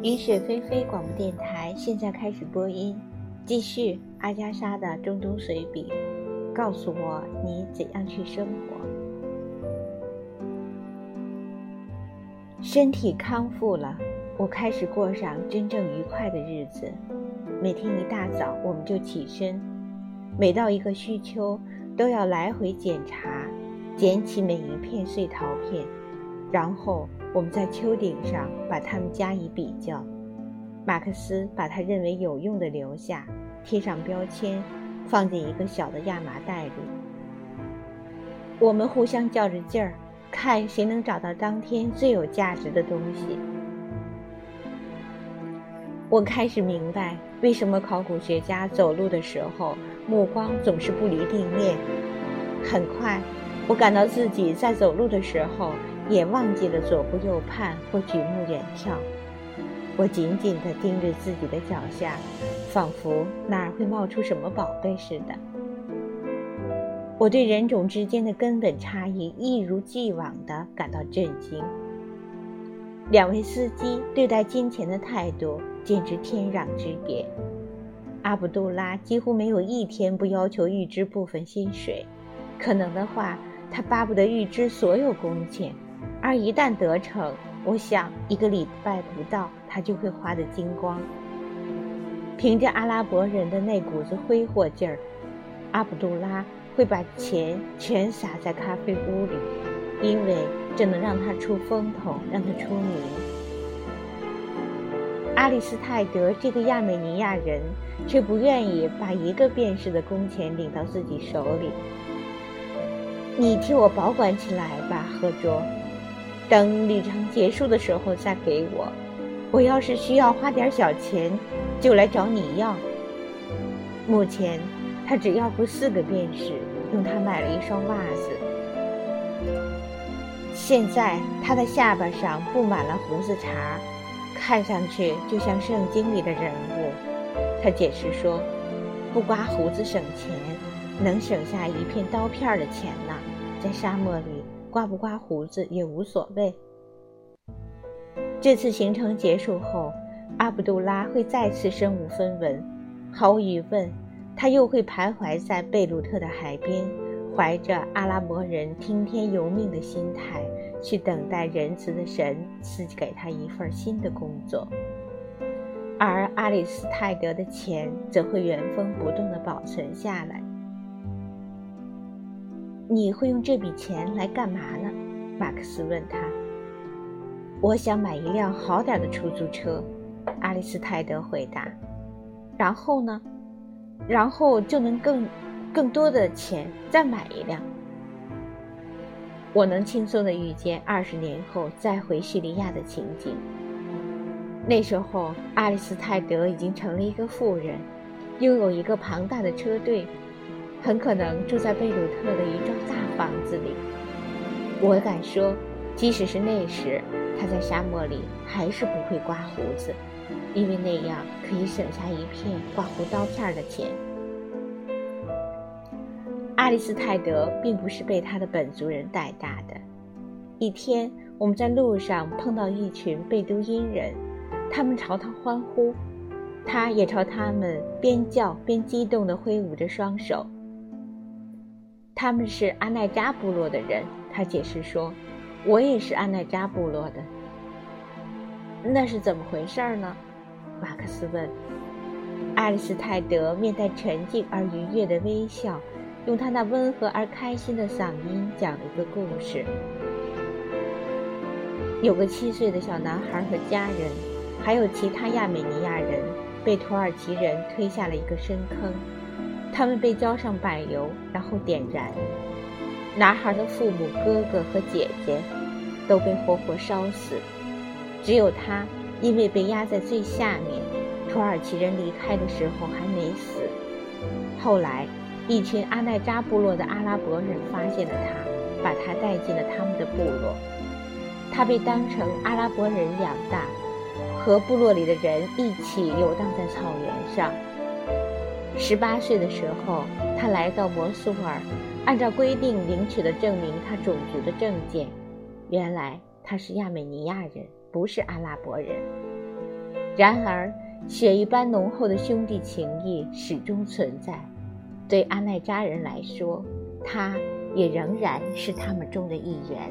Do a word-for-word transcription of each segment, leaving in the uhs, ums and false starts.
雨雪霏霏广播电台现在开始播音，继续阿加莎的中东随笔，告诉我你怎样去生活。身体康复了，我开始过上真正愉快的日子。每天一大早我们就起身，每到一个需求都要来回检查，捡起每一片碎陶片，然后我们在丘顶上把它们加以比较。马克思把他认为有用的留下，贴上标签，放进一个小的亚麻袋里。我们互相较着劲儿，看谁能找到当天最有价值的东西。我开始明白为什么考古学家走路的时候目光总是不离地面。很快我感到自己在走路的时候也忘记了左顾右盼或举目远眺。我紧紧地盯着自己的脚下，仿佛那儿会冒出什么宝贝似的。我对人种之间的根本差异一如既往地感到震惊。两位司机对待金钱的态度简直天壤之别。阿卜杜拉几乎没有一天不要求预支部分薪水，可能的话他巴不得预支所有工钱，而一旦得逞，我想一个礼拜不到他就会花得精光。凭着阿拉伯人的那股子挥霍劲儿，阿卜杜拉会把钱全撒在咖啡屋里，因为这能让他出风头，让他出名。阿里斯泰德这个亚美尼亚人却不愿意把一个便士的工钱领到自己手里。你替我保管起来吧，赫卓，等旅程结束的时候再给我。我要是需要花点小钱，就来找你要。目前他只要过四个便士，用它买了一双袜子。现在他的下巴上布满了胡子茬，看上去就像圣经里的人物。他解释说，不刮胡子省钱，能省下一片刀片的钱呢。在沙漠里刮不刮胡子也无所谓。这次行程结束后，阿卜杜拉会再次身无分文。毫无疑问，他又会徘徊在贝鲁特的海边，怀着阿拉伯人听天由命的心态，去等待仁慈的神赐给他一份新的工作。而阿里斯泰德的钱则会原封不动地保存下来。你会用这笔钱来干嘛呢？马克思问他。我想买一辆好点的出租车，阿里斯泰德回答。然后呢？然后就能更更多的钱再买一辆。我能轻松地预见二十年后再回叙利亚的情景。那时候阿里斯泰德已经成了一个富人，拥有一个庞大的车队，很可能住在贝鲁特的一幢大房子里。我敢说，即使是那时，他在沙漠里还是不会刮胡子，因为那样可以省下一片刮胡刀片的钱。阿里斯泰德并不是被他的本族人带大的。一天，我们在路上碰到一群贝都因人，他们朝他欢呼，他也朝他们边叫边激动地挥舞着双手。他们是阿奈扎部落的人，他解释说，我也是阿奈扎部落的。那是怎么回事呢？马克思问。阿里斯泰德面带沉静而愉悦的微笑，用他那温和而开心的嗓音讲了一个故事。有个七岁的小男孩和家人，还有其他亚美尼亚人，被土耳其人推下了一个深坑。他们被浇上柏油，然后点燃。男孩的父母、哥哥和姐姐都被活活烧死，只有他因为被压在最下面，土耳其人离开的时候还没死。后来一群阿奈扎部落的阿拉伯人发现了他，把他带进了他们的部落。他被当成阿拉伯人养大，和部落里的人一起游荡在草原上。十八岁的时候，他来到摩苏尔，按照规定领取了证明他种族的证件。原来他是亚美尼亚人，不是阿拉伯人。 然而血一般浓厚的兄弟情谊始终存在。对阿奈扎人来说，他也仍然是他们中的一员。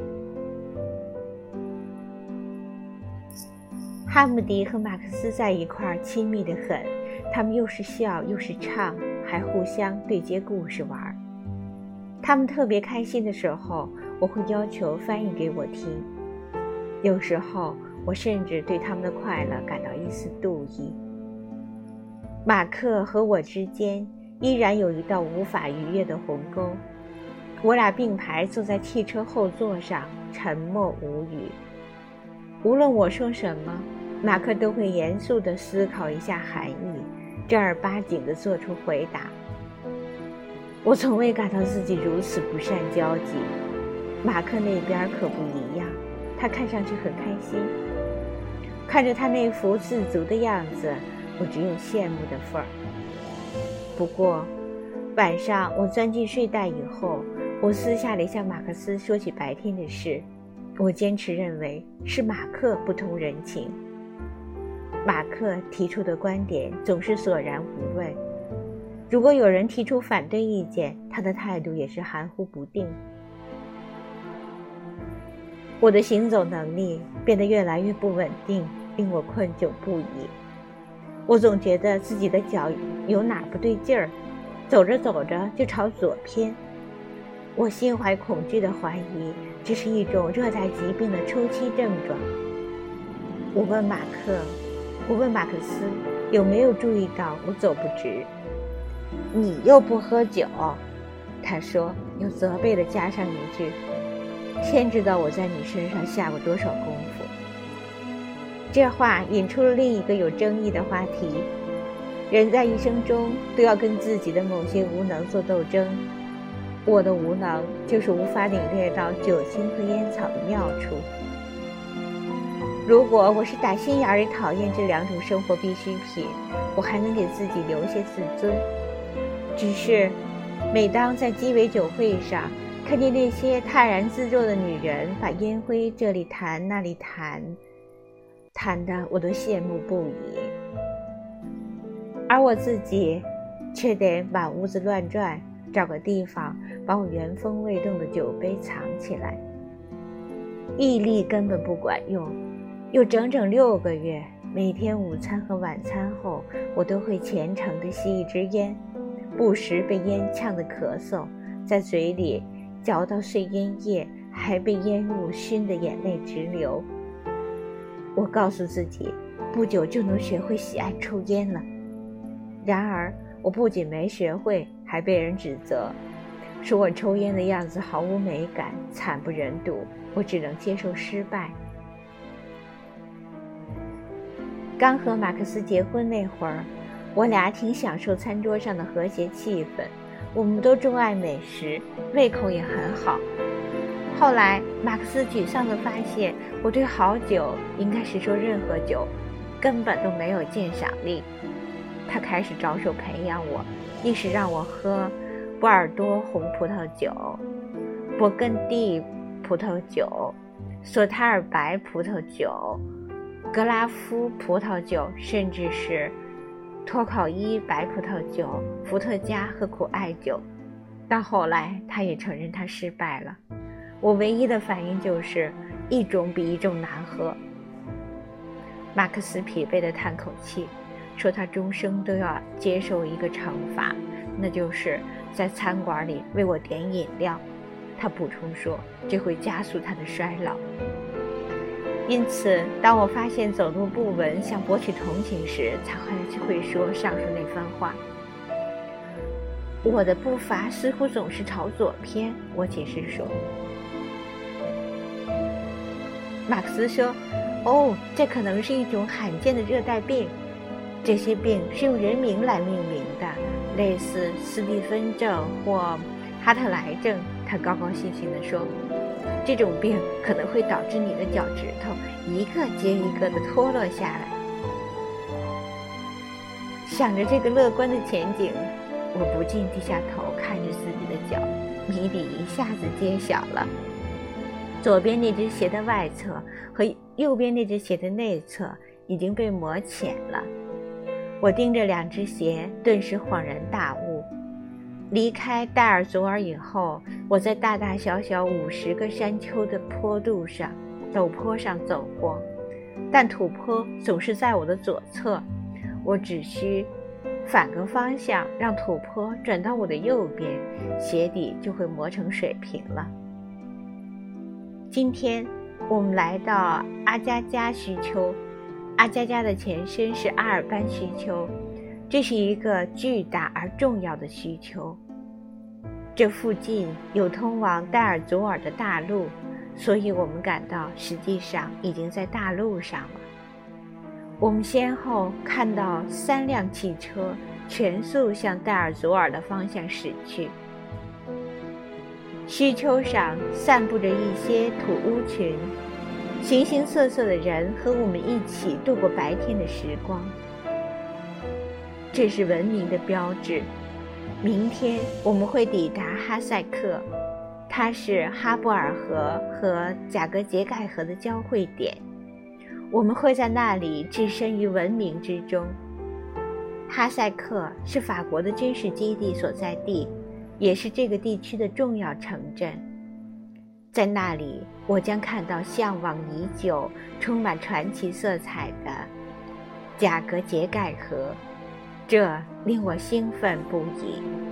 哈姆迪和马克思在一块儿亲密得很，他们又是笑又是唱，还互相对接故事玩。他们特别开心的时候，我会要求翻译给我听。有时候我甚至对他们的快乐感到一丝妒意。马克和我之间依然有一道无法逾越的鸿沟，我俩并排坐在汽车后座上，沉默无语。无论我说什么，马克都会严肃地思考一下含义，正儿八经地做出回答。我从未感到自己如此不善交际。马克那边可不一样，他看上去很开心。看着他那副自足的样子，我只有羡慕的份儿。不过晚上我钻进睡袋以后，我私下里向马克思说起白天的事。我坚持认为是马克不通人情。马克提出的观点总是索然无味，如果有人提出反对意见，他的态度也是含糊不定。我的行走能力变得越来越不稳定，令我困窘不已。我总觉得自己的脚有哪不对劲儿，走着走着就朝左偏。我心怀恐惧地怀疑这是一种热带疾病的初期症状。我问马克，我问马克思有没有注意到我走不直。你又不喝酒，他说，又责备地加上一句，天知道我在你身上下过多少功夫。这话引出了另一个有争议的话题。人在一生中都要跟自己的某些无能做斗争。我的无能就是无法领略到酒精和烟草的妙处。如果我是打心眼里讨厌这两种生活必需品，我还能给自己留些自尊。只是每当在鸡尾酒会上看见那些泰然自若的女人把烟灰这里弹那里弹，弹得我都羡慕不已，而我自己却得满屋子乱转，找个地方把我原封未动的酒杯藏起来。毅力根本不管用，有整整六个月，每天午餐和晚餐后，我都会虔诚地吸一支烟，不时被烟呛得咳嗽，在嘴里嚼到碎烟叶，还被烟雾熏得眼泪直流。我告诉自己，不久就能学会喜爱抽烟了。然而我不仅没学会，还被人指责，说我抽烟的样子毫无美感，惨不忍睹，我只能接受失败。刚和马克思结婚那会儿，我俩挺享受餐桌上的和谐气氛，我们都钟爱美食，胃口也很好。后来马克思沮丧地发现，我对好酒，应该是说任何酒，根本都没有鉴赏力。他开始着手培养我，一是让我喝波尔多红葡萄酒、勃艮第葡萄酒、索塔尔白葡萄酒、格拉夫葡萄酒，甚至是托考伊白葡萄酒、伏特加和苦艾酒。到后来他也承认他失败了，我唯一的反应就是一种比一种难喝。马克思疲惫地叹口气，说他终生都要接受一个惩罚，那就是在餐馆里为我点饮料。他补充说，这会加速他的衰老。因此当我发现走路不稳想博取同情时，才会说上述那番话。我的步伐似乎总是朝左偏，我解释说。马克思说，哦，这可能是一种罕见的热带病，这些病是用人名来命名的，类似斯蒂芬症或哈特莱症。他高高兴兴地说，这种病可能会导致你的脚趾头一个接一个地脱落下来。想着这个乐观的前景，我不禁低下头看着自己的脚，谜底一下子揭晓了。左边那只鞋的外侧和右边那只鞋的内侧已经被磨浅了。我盯着两只鞋，顿时恍然大悟。离开戴尔佐尔以后，我在大大小小五十个山丘的坡度上、陡坡上走过，但土坡总是在我的左侧，我只需反个方向，让土坡转到我的右边，鞋底就会磨成水平了。今天我们来到阿加加须丘，阿加加的前身是阿尔班须丘，这是一个巨大而重要的须丘。这附近有通往戴尔佐尔的大路，所以我们感到实际上已经在大路上了。我们先后看到三辆汽车全速向戴尔佐尔的方向驶去。须丘上散布着一些土屋群，形形色色的人和我们一起度过白天的时光。这是文明的标志。明天我们会抵达哈塞克，它是哈布尔河和贾格杰盖河的交汇点。我们会在那里置身于文明之中。哈塞克是法国的军事基地所在地，也是这个地区的重要城镇。在那里，我将看到向往已久、充满传奇色彩的贾格杰盖河，这令我兴奋不已。